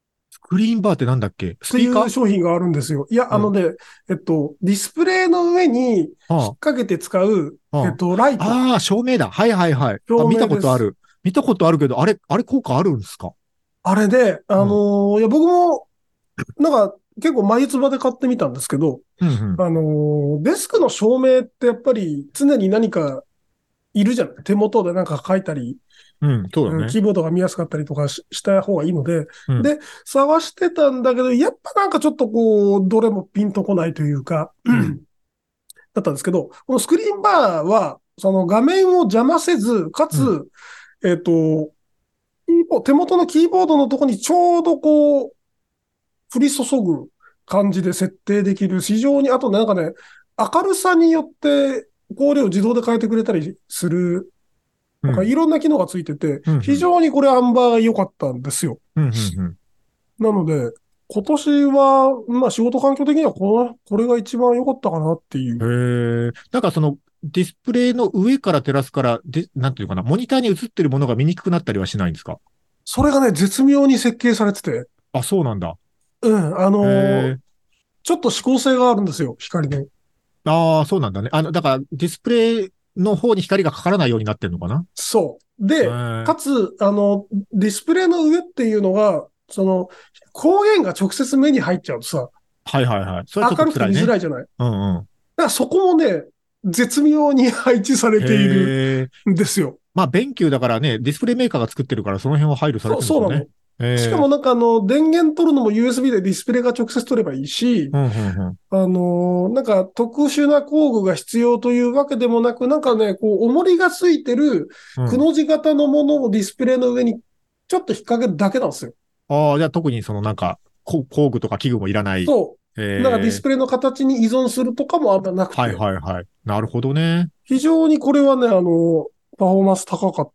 S2: クリーンバーってなんだっけ？
S3: ってい
S2: スピーカー？
S3: う商品があるんですよ。いや、
S2: うん
S3: あのね、えっと、ディスプレイの上に引っ
S2: あ
S3: 掛けて使う、
S2: あ、あ
S3: えっと、ライト、
S2: ああ、照明だ。はいはいはい。あ、
S3: 照
S2: 見た
S3: 明です。
S2: ことある。見たことあるけど、あれ、あれ効果あるんですか？
S3: あれで、あの
S2: うん。
S3: ーいや、僕も、なんか、結構眉唾で買ってみたんですけど、
S2: うんうん。
S3: あのーデスクの照明ってやっぱり常に何かいるじゃん。手元でなんか書いたり、
S2: うん、そうだね。
S3: うんキーボードが見やすかったりとかしした方がいいので、
S2: うん。
S3: で、探してたんだけど、やっぱなんかちょっとこう、どれもピンとこないというか、
S2: うん。
S3: だったんですけど、このスクリーンバーは、その画面を邪魔せず、か
S2: うん。
S3: つ、えっと、キーボ手元のキーボードのところにちょうどこう、降り注ぐ感じで設定できる、非常に、あとなんかね、明るさによって光量を自動で変えてくれたりする、なんかい
S2: うん。
S3: ろんな機能がついてて、
S2: うん。うん。
S3: 非常にこれアンバーが良かったんですよ。
S2: うん。うん。
S3: なので、今年は、まあ仕事環境的にはこの、これが一番良かったかなってい
S2: へ
S3: う。
S2: え。なんかその、ディスプレイの上から照らすから、で、なんていうかな、モニターに映ってるものが見にくくなったりはしないんですか？
S3: それがね、絶妙に設計されてて、
S2: あ、そうなんだ。
S3: うん、あ
S2: へ
S3: のー
S2: え。
S3: ちょっと指向性があるんですよ、光の。
S2: ああ、そうなんだね。あの、だから、ディスプレイの方に光がかからないようになってるのかな？
S3: そう。
S2: へ
S3: で、
S2: え。
S3: かつ、あの、ディスプレイの上っていうのが、その、光源が直接目に入っちゃうとさ、
S2: はいはいはい。それはちょっと
S3: 明るくて見づ
S2: 辛いね。
S3: らいじゃない。だか
S2: うんうん。
S3: らそこもね、絶妙に配置されている
S2: へえ。
S3: んですよ。
S2: まあ、ベンキューだからね、ディスプレイメーカーが作ってるから、その辺は配慮され
S3: そう、
S2: てるんでしょうね。
S3: そうなの。しか
S2: へえ。
S3: もなんかあの、電源取るのも ユーエスビー でディスプレイが直接取ればいいし、
S2: うんうんうん。
S3: あのーなんか特殊な工具が必要というわけでもなく、なんかね、こう、重りがついてる、
S2: うん。
S3: くの字型のものをディスプレイの上にちょっと引っ掛けるだけなんですよ。
S2: ああ、じゃあ特にそのなんか、こ工具とか器具もいらない。
S3: そう。なんかディス
S2: へえ。
S3: プレイの形に依存するとかもあんまなく
S2: はい
S3: て、
S2: はいはい。なるほどね。
S3: 非常にこれはね、あの、パフォーマンス高かった。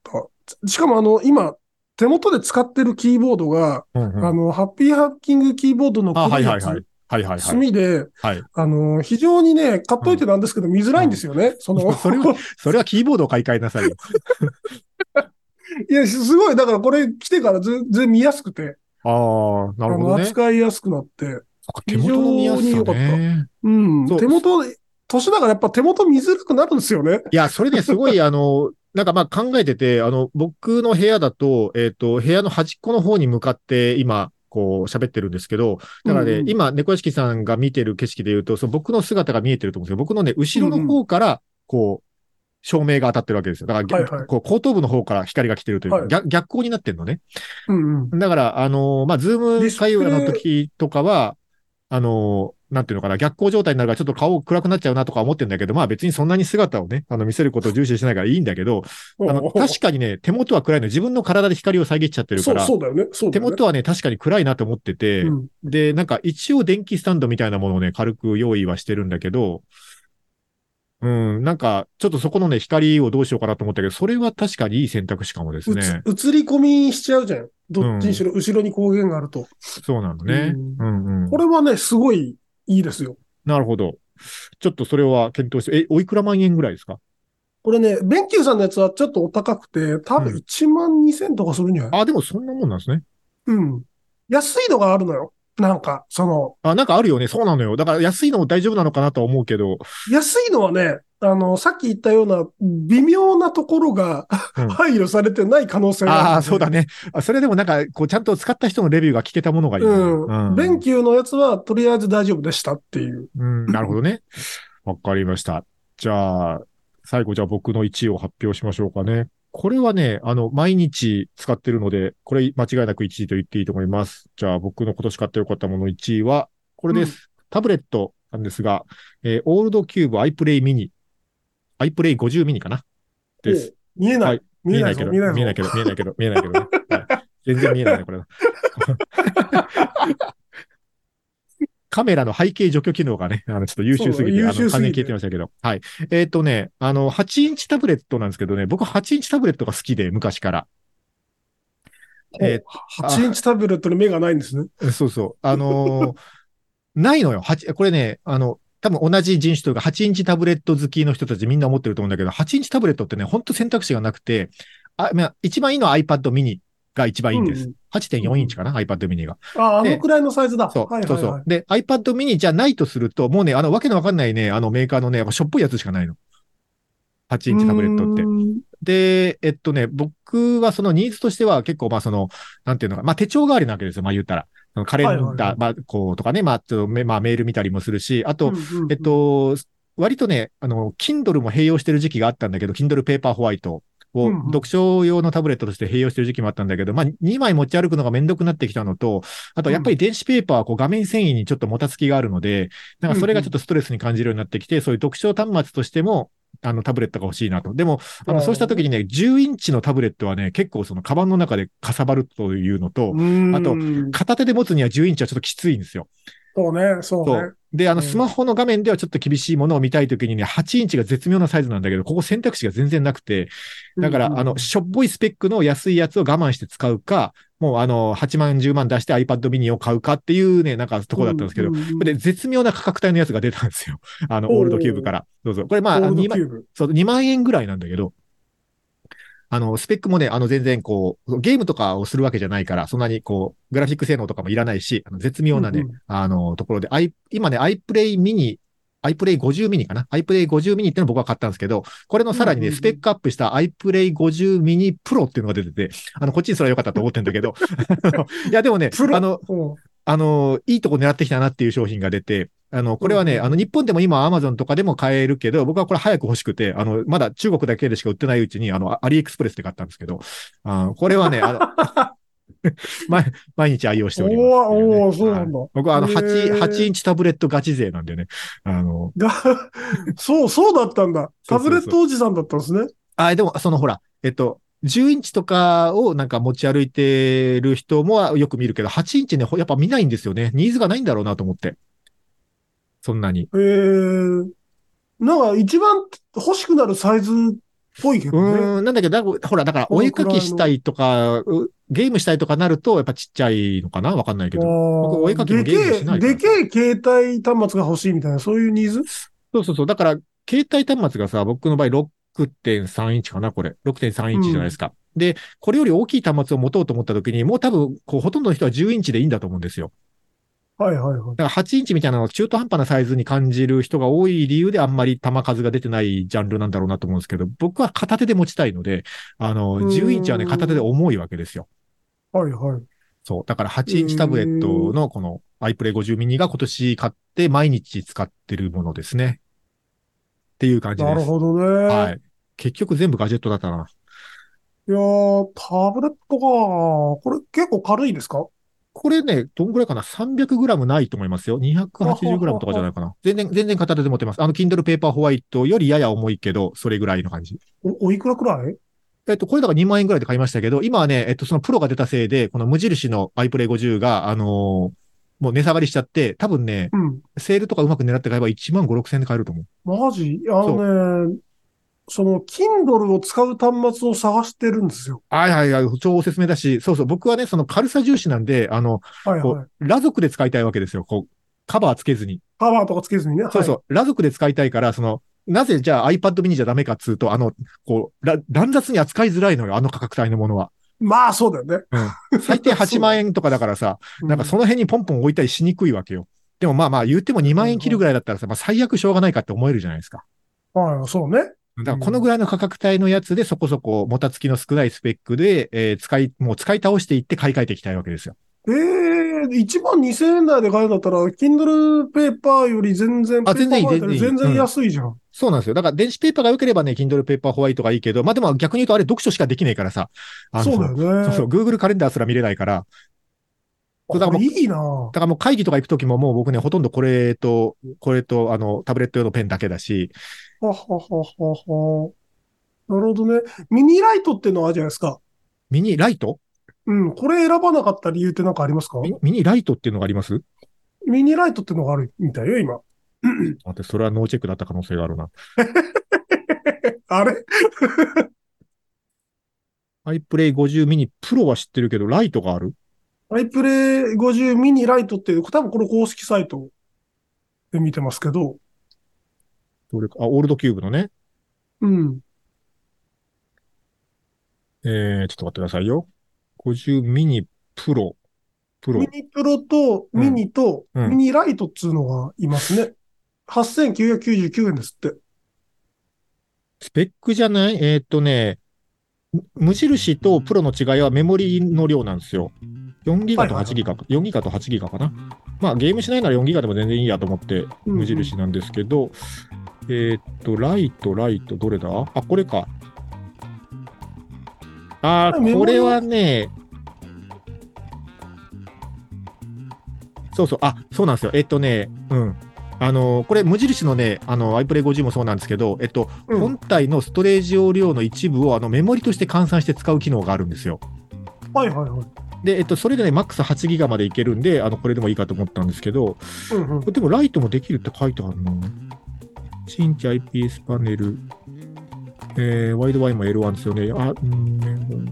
S3: しかもあの、今、手元で使ってるキーボードが、
S2: うんうん。
S3: あの、ハッピーハッキングキーボードの
S2: あ、は
S3: 黒いやつ、
S2: いはいはい。はいはいはい。
S3: 墨で、
S2: はい。
S3: あの、非常にね、買っといて
S2: うん。
S3: なんですけど、見づらいんで
S2: うん。
S3: すよね。その、
S2: それは、それはキーボードを買い替えなさいよ。
S3: いや、すごい、だからこれ来てから全然見やすくて、
S2: ああ、なる
S3: あの、
S2: ほどね。
S3: 扱いやすくなって、
S2: そっか、手
S3: 非
S2: 元の見や
S3: 常
S2: すさ
S3: に良かった。
S2: ね。
S3: うん、
S2: そう。
S3: 手元、年だからやっぱ手元見づらくなるんですよね。
S2: いや、それね、すごい、あの、なんかまあ考えてて、あの、僕の部屋だと、えっと、部屋の端っこの方に向かって今、こう喋ってるんですけど、だからね、
S3: うんうん。
S2: 今、猫屋敷さんが見てる景色で言うと、その僕の姿が見えてると思うんですけど、僕のね、後ろの
S3: うんうん。
S2: 方から、こう、照明が当たってるわけですよ。だから
S3: はいはい。
S2: 逆、こう、後頭部の方から光が来てるというか、
S3: はい。
S2: 逆、逆光になってるのね。
S3: うんうん。
S2: だから、あのまあ、ズーム
S3: ディスプ
S2: 会話の
S3: レイ、
S2: 時とかは、あのなんていうのかな、逆光状態になるからちょっと顔暗くなっちゃうなとか思ってるんだけど、まあ別にそんなに姿をね、あの見せることを重視しないからいいんだけど、あの、確
S3: おう
S2: かにね、手元は暗いの。自分の体で光を遮っちゃってるか
S3: そう、
S2: ら、
S3: そうだよね。そうだよね。
S2: 手元はね、確かに暗いなと思ってて、
S3: うん。
S2: で、なんか一応電気スタンドみたいなものをね、軽く用意はしてるんだけど、うん、なんか、ちょっとそこのね、光をどうしようかなと思ったけど、それは確かにいい選択肢かもです
S3: うつ、
S2: ね。
S3: 映り込みしちゃうじゃん。ど
S2: うん、
S3: っちにしろ、後ろに光源があると。
S2: そうなの
S3: う
S2: ね。う
S3: ん。
S2: ん、うん。
S3: これはね、すごいいいですよ。
S2: なるほど。ちょっとそれは検討して、え、おいくら万円ぐらいですか？
S3: これね、ベンキューさんのやつはちょっとお高くて、多分
S2: うん。
S3: いちまんにせんとかするんじゃない？
S2: あ、でもそんなもんなんですね。
S3: うん。安いのがあるのよ。なんか、その、
S2: あ、なんかあるよね。そうなのよ。だから安いのも大丈夫なのかなとは思うけど。
S3: 安いのはね、あの、さっき言ったような微妙なところが
S2: うん。
S3: 配慮されてない可能性がある
S2: ああ、
S3: ので、
S2: そうだね。あ、それでもなんか、こう、ちゃんと使った人のレビューが聞けたものがいいな。
S3: うん。
S2: うん。
S3: ベンキューのやつはとりあえず大丈夫でしたっていう。
S2: うん、なるほどね。わかりました。じゃあ、最後じゃあ僕のいちいを発表しましょうかね。これはね、あの、毎日使ってるので、これ間違いなくいちいと言っていいと思います。じゃあ僕の今年買ってよかったものいちいは、これ
S3: うん。
S2: です。タブレットなんですが、えーオールドキューブ iPlay mini、iPlay ごじゅう mini かなで
S3: おう
S2: す。
S3: 見えない。
S2: はい。
S3: 見えないぞ、
S2: 見えないけど、
S3: 見えないぞ。
S2: 見えないけど、見えないけど、見えないけどね。はい。全然見えないね、これ。カメラの背景除去機能がね、あの、ちょっと優秀
S3: そうだ、
S2: すぎて、
S3: 優
S2: あの、完全に
S3: 秀すぎて。
S2: 消えてましたけど。はい。えっとね、あの、はちインチタブレットなんですけどね、僕はちインチタブレットが好きで、昔から。
S3: ほう。
S2: えー
S3: はちイン
S2: あ、
S3: チタブレットに目がないんですね。
S2: そうそう。あのーないのよ。はち、これね、あの、多分同じ人種というか、はちインチタブレット好きの人たちみんな思ってると思うんだけど、はちインチタブレットってね、ほんと選択肢がなくて、あ、まあ、一番いいのは iPad mini が一番いいんです。
S3: うんうん、
S2: はちてんよんインチかな、iPad mini が。
S3: あ、あのくらいのサイズだ。
S2: そう、
S3: はいはいはい。
S2: そうそう。で、iPad mini じゃないとすると、もうね、あの、わけのわかんないね、あのメーカーのね、しょっぽいやつしかないの。はちイ
S3: うー
S2: ンチタブレットって。
S3: ん。
S2: で、えっとね、僕はそのニーズとしては結構まあその、なんていうのか、まあ手帳代わりなわけですよ、まあ言ったら。そのカレンダー、
S3: はいはいはい。
S2: まあこうとかね、まあちょっとめ、まあメール見たりもするし、あと、
S3: うんうん
S2: えっ
S3: うん。
S2: と、割とね、あの、Kindle も併用してる時期があったんだけど、Kindle Paper White を
S3: うんうん。
S2: 読書用のタブレットとして併用してる時期もあったんだけど、まあにまい持ち歩くのがめんどくなってきたのと、あとやっぱり
S3: うん
S2: 電子ペーパーはこう画面繊維にちょっともたつきがあるので、なんかそれがちょっ
S3: うん
S2: とストレスに感じるようになってきて、そういう読書端末としても、あのタブレットが欲しいなと。でも、
S3: うん。
S2: あの、そうした
S3: ああね。
S2: 時にね、じゅうインチのタブレットはね、結構そのカバンの中でかさばるというのと、
S3: うー
S2: あと、
S3: ん。
S2: 片手で持つにはじゅうインチはちょっときついんですよ。
S3: そうね、そうね。
S2: そう。で、あの、
S3: うん。
S2: スマホの画面ではちょっと厳しいものを見たいときにね、はちインチが絶妙なサイズなんだけど、ここ選択肢が全然なくて、
S3: うんう
S2: だから、あの、
S3: ん
S2: しょっぽいスペックの安いやつを我慢して使うか、もうあの、はちまん、じゅうまん出して iPad mini を買うかっていうね、なんかとこ
S3: うんう
S2: だったんですけど、こ
S3: んうん。
S2: れで絶妙な価格帯のやつが出たんですよ。あの、オールドキューブ
S3: おー、
S2: から。どうぞ。これまあ、
S3: オールド
S2: にまん、
S3: キューブ。
S2: そう、にまん円ぐらいなんだけど、あの、スペックもね、あの、全然こう、ゲームとかをするわけじゃないから、そんなにこう、グラフィック性能とかもいらないし、あの絶妙なね、
S3: うんうん。
S2: あの、ところで、i、今ね、iPlay mini、iPlay ごじゅう mini かな ?iPlay ごじゅう mini っていうのを僕は買ったんですけど、これの
S3: うん
S2: さらにね、スペッ
S3: うん
S2: クアップした iPlay ごじゅう mini Pro っていうのが出てて、あの、こっちにすら良かったと思ってんだけど、いや、でもね、
S3: プロ。
S2: あの、
S3: おう。
S2: あの、いいとこ狙ってきたなっていう商品が出て、あの、こ
S3: うん
S2: れはね、あの、
S3: うんうん。
S2: 日本でも今 Amazon とかでも買えるけど、僕はこれ早く欲しくて、あの、まだ中国だけでしか売ってないうちに、あの、アリエクスプレスで買ったんですけど、あこれはね、あの、毎毎日愛用しておりますっていうね。
S3: おー、おー、そうな
S2: はい。
S3: んだ。
S2: 僕はあの、はち、はちイ
S3: へえ。
S2: ンチタブレットガチ勢なんでね。あの、
S3: が、そう、そうだったんだ。タブレッ
S2: そうそうそう。
S3: トおじさんだったんですね。
S2: あ、でも、そのほら、えっと、じゅうインチとかをなんか持ち歩いてる人もよく見るけど、はちインチね、やっぱ見ないんですよね。ニーズがないんだろうなと思って。そんなに。
S3: へえ。なんか一番欲しくなるサイズっぽいけどね。
S2: うーん、なんだけど、だほら、だから、お絵
S3: このく
S2: 描きした
S3: らいの。
S2: いとか、うゲームしたいとかなると、やっぱちっちゃいのかなわかんないけ
S3: あ
S2: ど。僕、お絵
S3: あ、
S2: 描きも
S3: でけえ、
S2: ゲームもしないか
S3: でけ
S2: らさ。
S3: え携帯端末が欲しいみたいな、そういうニーズ。
S2: そうそうそう。だから、携帯端末がさ、僕の場合ろくてんさんインチかなこれ。ろくてんさんインチじゃないで
S3: うん。
S2: すか。で、これより大きい端末を持とうと思った時に、もう多分、こう、ほとんどの人はじゅうインチでいいんだと思うんですよ。
S3: はいはいはい。
S2: だからはちインチみたいなのを中途半端なサイズに感じる人が多い理由であんまり弾数が出てないジャンルなんだろうなと思うんですけど、僕は片手で持ちたいので、あ
S3: う
S2: の、じゅうインチはね、片手で
S3: ーん。
S2: 重いわけですよ。
S3: はいはい。
S2: そう。だからはちインチタブレッ
S3: ええ、
S2: トのこの iPlay ごじゅう mini が今年買って毎日使ってるものですね。っていう感じです。
S3: なるほどね。
S2: はい。結局全部ガジェットだったな。
S3: いやー、タブレットか。これ結構軽いですか？は
S2: これね、どんぐらいかな？ さんびゃくグラム ないと思いますよ。
S3: はは
S2: にひゃくはちじゅうグラム とかじゃな
S3: は。
S2: いかな。全然、全然片手で持ってます。あの、Kindle Paper White よりやや重いけど、それぐらいの感じ。
S3: お、おいくらくらい？
S2: えっと、これだからにまん円ぐらいで買いましたけど、今はね、えっと、そのプロが出たせいで、この無印の iPlay ごじゅうが、あのーもう値下がりしちゃって、多分ね、
S3: うん。
S2: セールとかうまく狙って買えばいちまんご、ろくせん円で買えると思う。
S3: マジあ
S2: そう。
S3: のね、その、Kindle を使う端末を探してるんですよ。
S2: はいはいはい、超おすすめだし、そうそう、僕はね、その軽さ重視なんで、あの、こ
S3: はいはい。
S2: う、裸族で使いたいわけですよ。こう、カバーつけずに。
S3: カバーとかつけずにね。はい。
S2: そうそう、裸族で使いたいから、その、なぜじゃあ iPad mini じゃダメかっつうと、あの、こう、ら乱雑に扱いづらいのよ、あの価格帯のものは。
S3: まあ、そうだよね。
S2: うん。最低8
S3: そうだよ。
S2: 万円とかだからさ、なんかそ
S3: うん。
S2: の辺にポンポン置いたりしにくいわけよ。でもまあまあ言ってもにまん円切るぐ
S3: はいは
S2: らいだったらさ、まあ最悪しょうがないかって思えるじゃないですか。
S3: い。はい、そうね。
S2: だからこのぐ
S3: うん。
S2: らいの価格帯のやつでそこそこもたつきの少ないスペックで、えー使い、もう使い倒していって買い替えていきたいわけですよ。
S3: ええ、いちまんにせん円台で買えるんだったら、Kindle ペーパーより全然、
S2: あ、
S3: ペー
S2: 全然いい、
S3: パーホワイトよ
S2: 全然いい。
S3: り全然
S2: うん。
S3: 安いじゃん。
S2: そうなんですよ。だから電子ペーパーが良ければね、Kindle Paper White がいいけど、まあでも逆に言うとあれ読書しかできないからさ、あの、
S3: そうだよ
S2: そうそう、
S3: ね。
S2: Google カレンダーすら見れないから、そうだからもう、
S3: これいいなぁ。
S2: だからもう会議とか行くときももう僕ね、ほとんどこれと、これと、あの、タブレット用のペンだけだし、
S3: ははははは。なるほどね。ミニライトってのはあるじゃないですか。
S2: ミニライト
S3: うん。これ選ばなかった理由って何かありますか？
S2: ミミニライトっていうのがあります？
S3: ミニライトってのがあるみたいよ、今。
S2: 待って、それはノーチェックだった可能性があるな。
S3: あれ？
S2: iPlay ごじゅうミニプロは知ってるけど、ライトがある？
S3: iPlay ごじゅうミニライトっていう、多分これ公式サイトで見てますけど、
S2: どれか、あ、オールドキューブのね。
S3: うん。
S2: えー、ちょっと待ってくださいよ。 ごじゅうミニプロ。プロ。
S3: ミニプロとミニと
S2: うんうん
S3: ミニライトっつうのがいますね。はっせんきゅうひゃくきゅうじゅうきゅうえんですって。
S2: スペックじゃないえーっとね、無印とプロの違いはメモリの量なんですよ。よんギガとはちギガ、よんギガとはちギガかな。まあゲームしないならよんギガでも全然いいやと思って無印なんですけど、えーっと、ライト、ライト、どれだあ、これか。あー、これはね、そうそう、あ、そうなんですよ。えっとね、うん。あの、これ無印のね、あの、iPlay ごじゅうもそうなんですけど、えっと、
S3: うん、
S2: 本体のストレージ容量の一部をあのメモリとして換算して使う機能があるんですよ。
S3: はいはいはい。
S2: で、えっと、それでね、マックスはちギガまでいけるんで、あの、これでもいいかと思ったんですけど、
S3: うんうん、
S2: でもライトもできるって書いてあるな。いちインチ アイピーエス パネル、えー、ワイドワイも エルワン ですよね。あ、うん、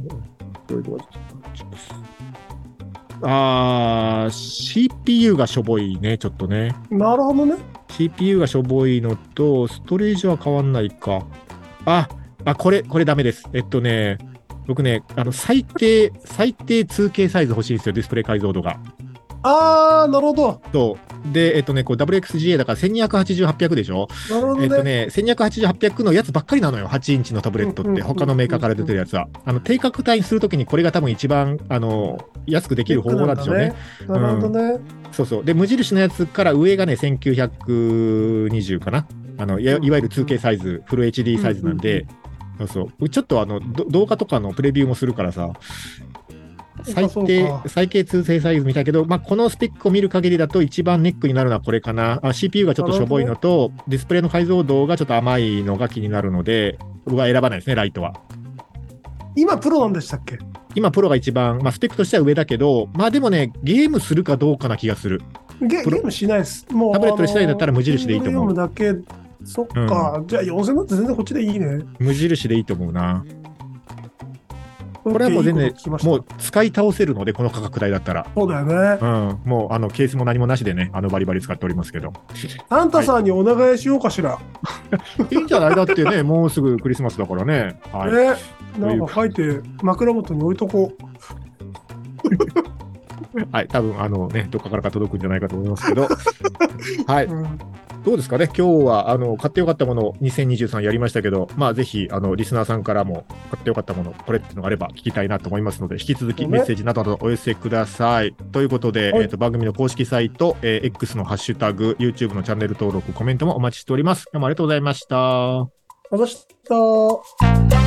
S2: あー、シーピーユー がしょぼいね、ちょっとね。
S3: なるほどね。
S2: シーピーユー がしょぼいのと、ストレージは変わんないか。あ、あ、これ、これダメです。えっとね、僕ね、あの、最低、最低 ツーケー サイズ欲しいんですよ、ディスプレイ解像度が。
S3: あー、なるほど。
S2: そう。で、えっとね、こう ダブリューエックスジーエー だからせんにひゃくはちじゅう、はっぴゃくでしょ。
S3: なるほどね。
S2: えっとね、せんにひゃくはちじゅう、はっぴゃくのやつばっかりなのよ、はちインチのタブレットって、他のメーカーから出てるやつは。あの、低価格帯にするときにこれが多分一番、あの、安くできる方法なんでしょうね。
S3: なるほどね。うん、
S2: そうそう。で、無印のやつから上がね、せんきゅうひゃくにじゅうかな。あの、いわゆる ツーケー サイズ、フル エイチディー サイズなんで、そうそう。ちょっとあの、動画とかのプレビューもするからさ、最低、最低 ツーケー サイズ見たけど、まあ、このスペックを見る限りだと一番ネックになるのはこれかな。あ シーピーユー がちょっとしょぼいのと、ディスプレイの解像度がちょっと甘いのが気になるので、僕は選ばないですね、ライトは。
S3: 今、プロなんでしたっけ？
S2: 今、プロが一番、まあ、スペックとしては上だけど、まあでもね、ゲームするかどうかな気がする。
S3: ゲ, ゲームしないです。もう
S2: タブレットでしたいんだったら無印でいいと思う。
S3: だけそっか、うん、じゃあよんせんだって全然こっちでいいね。
S2: 無印でいいと思うな。これはもう全然、もう使い倒せるので、この価格帯だったら。
S3: そうだよね。
S2: うん。もう、あの、ケースも何もなしでね、あの、バリバリ使っておりますけど。
S3: サンタさんにお願いしようかしら。は
S2: い、いいんじゃないだってね、もうすぐクリスマスだからね。はい。
S3: ね、なんか書いて、枕元に置いとこう。
S2: はい、多分あのね、どっかからか届くんじゃないかと思いますけど、はい、うん、どうですかね、今日はあの買ってよかったものにせんにじゅうさんやりましたけど、まあぜひあのリスナーさんからも買ってよかったもの、これっていうのがあれば聞きたいなと思いますので、引き続きメッセージなどなどお寄せください。ね、ということで、はい、えーと、番組の公式サイト、えー、X のハッシュタグ、YouTube のチャンネル登録、コメントもお待ちしております。どうもありがとうございました。
S3: ありがとうございました。